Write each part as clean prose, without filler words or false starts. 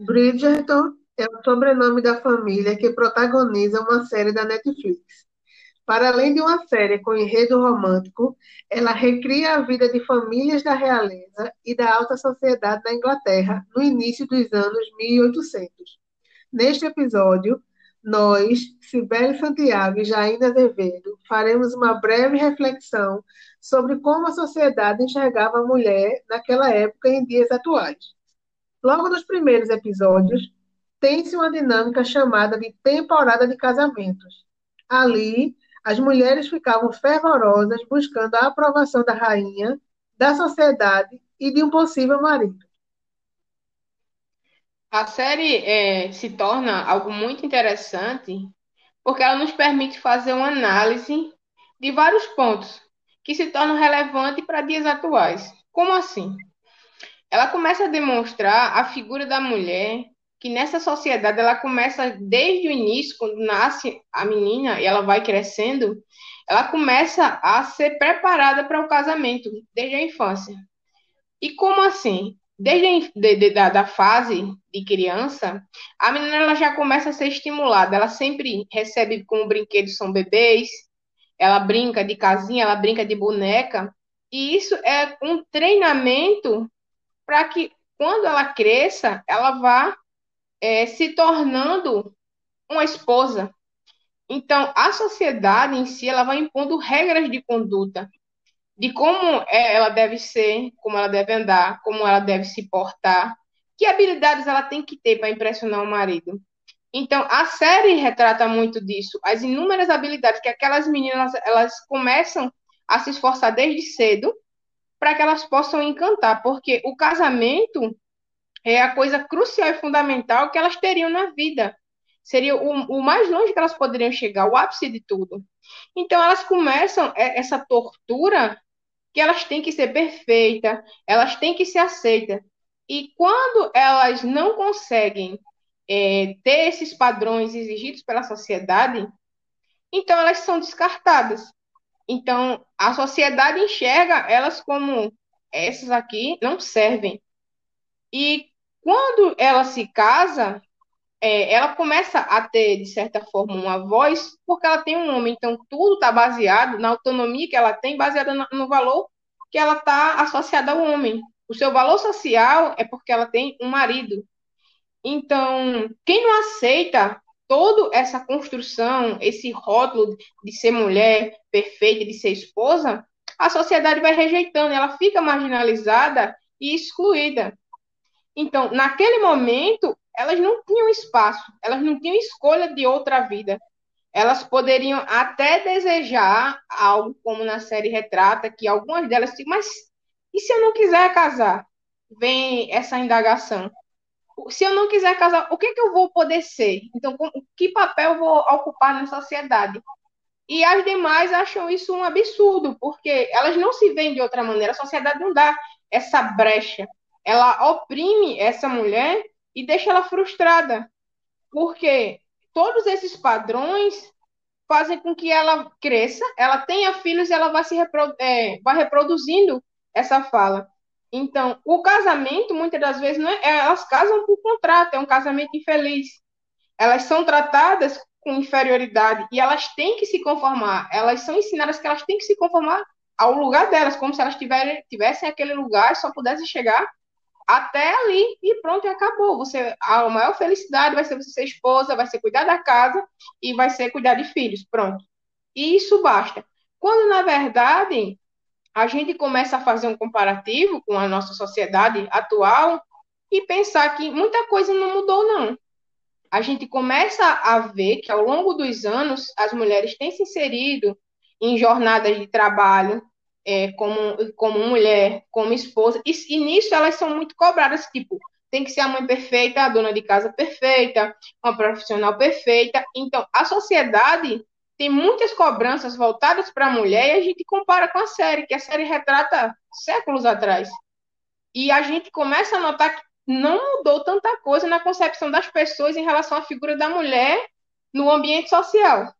Bridgerton é o sobrenome da família que protagoniza uma série da Netflix. Para além de uma série com enredo romântico, ela recria a vida de famílias da realeza e da alta sociedade da Inglaterra no início dos anos 1800. Neste episódio, nós, Cibele Santiago e Jaina Azevedo, faremos uma breve reflexão sobre como a sociedade enxergava a mulher naquela época e em dias atuais. Logo nos primeiros episódios, tem-se uma dinâmica chamada de temporada de casamentos. Ali, as mulheres ficavam fervorosas buscando a aprovação da rainha, da sociedade e de um possível marido. A série se torna algo muito interessante porque ela nos permite fazer uma análise de vários pontos que se tornam relevantes para dias atuais. Como assim? Ela começa a demonstrar a figura da mulher que nessa sociedade ela começa desde o início, quando nasce a menina e ela vai crescendo, ela começa a ser preparada para o casamento desde a infância. E como assim? Desde da fase de criança, a menina ela já começa a ser estimulada. Ela sempre recebe como brinquedos são bebês, ela brinca de casinha, ela brinca de boneca. E isso é um treinamento para que quando ela cresça, ela vá se tornando uma esposa. Então, a sociedade em si, ela vai impondo regras de conduta de como ela deve ser, como ela deve andar, como ela deve se portar, que habilidades ela tem que ter para impressionar o marido. Então, a série retrata muito disso, as inúmeras habilidades que aquelas meninas elas começam a se esforçar desde cedo para que elas possam encantar, porque o casamento é a coisa crucial e fundamental que elas teriam na vida. Seria o mais longe que elas poderiam chegar, o ápice de tudo. Então, elas começam essa tortura que elas têm que ser perfeitas, elas têm que ser aceitas. E quando elas não conseguem ter esses padrões exigidos pela sociedade, então elas são descartadas. Então a sociedade enxerga elas como essas aqui não servem. E quando ela se casa, ela começa a ter, de certa forma, uma voz, porque ela tem um homem. Então, tudo está baseado na autonomia que ela tem, baseada no valor que ela está associada ao homem. O seu valor social é porque ela tem um marido. Então, quem não aceita toda essa construção, esse rótulo de ser mulher perfeita, de ser esposa, a sociedade vai rejeitando, ela fica marginalizada e excluída. Então, naquele momento, elas não tinham espaço, elas não tinham escolha de outra vida. Elas poderiam até desejar algo, como na série retrata, que algumas delas, mas e se eu não quiser casar? Vem essa indagação. Se eu não quiser casar, o que, que eu vou poder ser? Então, que papel eu vou ocupar na sociedade? E as demais acham isso um absurdo, porque elas não se veem de outra maneira. A sociedade não dá essa brecha. Ela oprime essa mulher e deixa ela frustrada, porque todos esses padrões fazem com que ela cresça, ela tenha filhos e ela vai reproduzindo essa fala. Então, o casamento, muitas das vezes, não elas casam por contrato, é um casamento infeliz. Elas são tratadas com inferioridade e elas têm que se conformar. Elas são ensinadas que elas têm que se conformar ao lugar delas, como se elas tivessem aquele lugar e só pudessem chegar até ali e pronto, e acabou. A maior felicidade vai ser você ser esposa, vai ser cuidar da casa e vai ser cuidar de filhos, pronto. E isso basta. Quando, na verdade, a gente começa a fazer um comparativo com a nossa sociedade atual e pensar que muita coisa não mudou, não. A gente começa a ver que ao longo dos anos as mulheres têm se inserido em jornadas de trabalho como mulher, como esposa, e nisso elas são muito cobradas, tipo, tem que ser a mãe perfeita, a dona de casa perfeita, uma profissional perfeita. Então, a sociedade tem muitas cobranças voltadas para a mulher e a gente compara com a série, que a série retrata séculos atrás. E a gente começa a notar que não mudou tanta coisa na concepção das pessoas em relação à figura da mulher no ambiente social.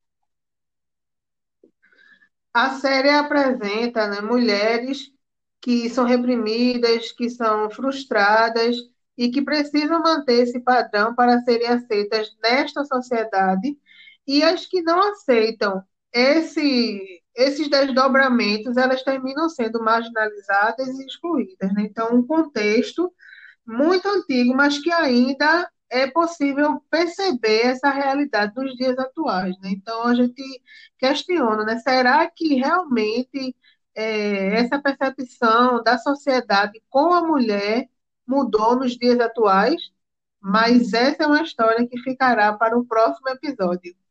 A série apresenta, né, mulheres que são reprimidas, que são frustradas e que precisam manter esse padrão para serem aceitas nesta sociedade, e as que não aceitam esses desdobramentos, elas terminam sendo marginalizadas e excluídas, né? Então, um contexto muito antigo, mas que ainda é possível perceber essa realidade nos dias atuais, né? Então, a gente questiona, né? Será que realmente essa percepção da sociedade com a mulher mudou nos dias atuais? Mas essa é uma história que ficará para o próximo episódio.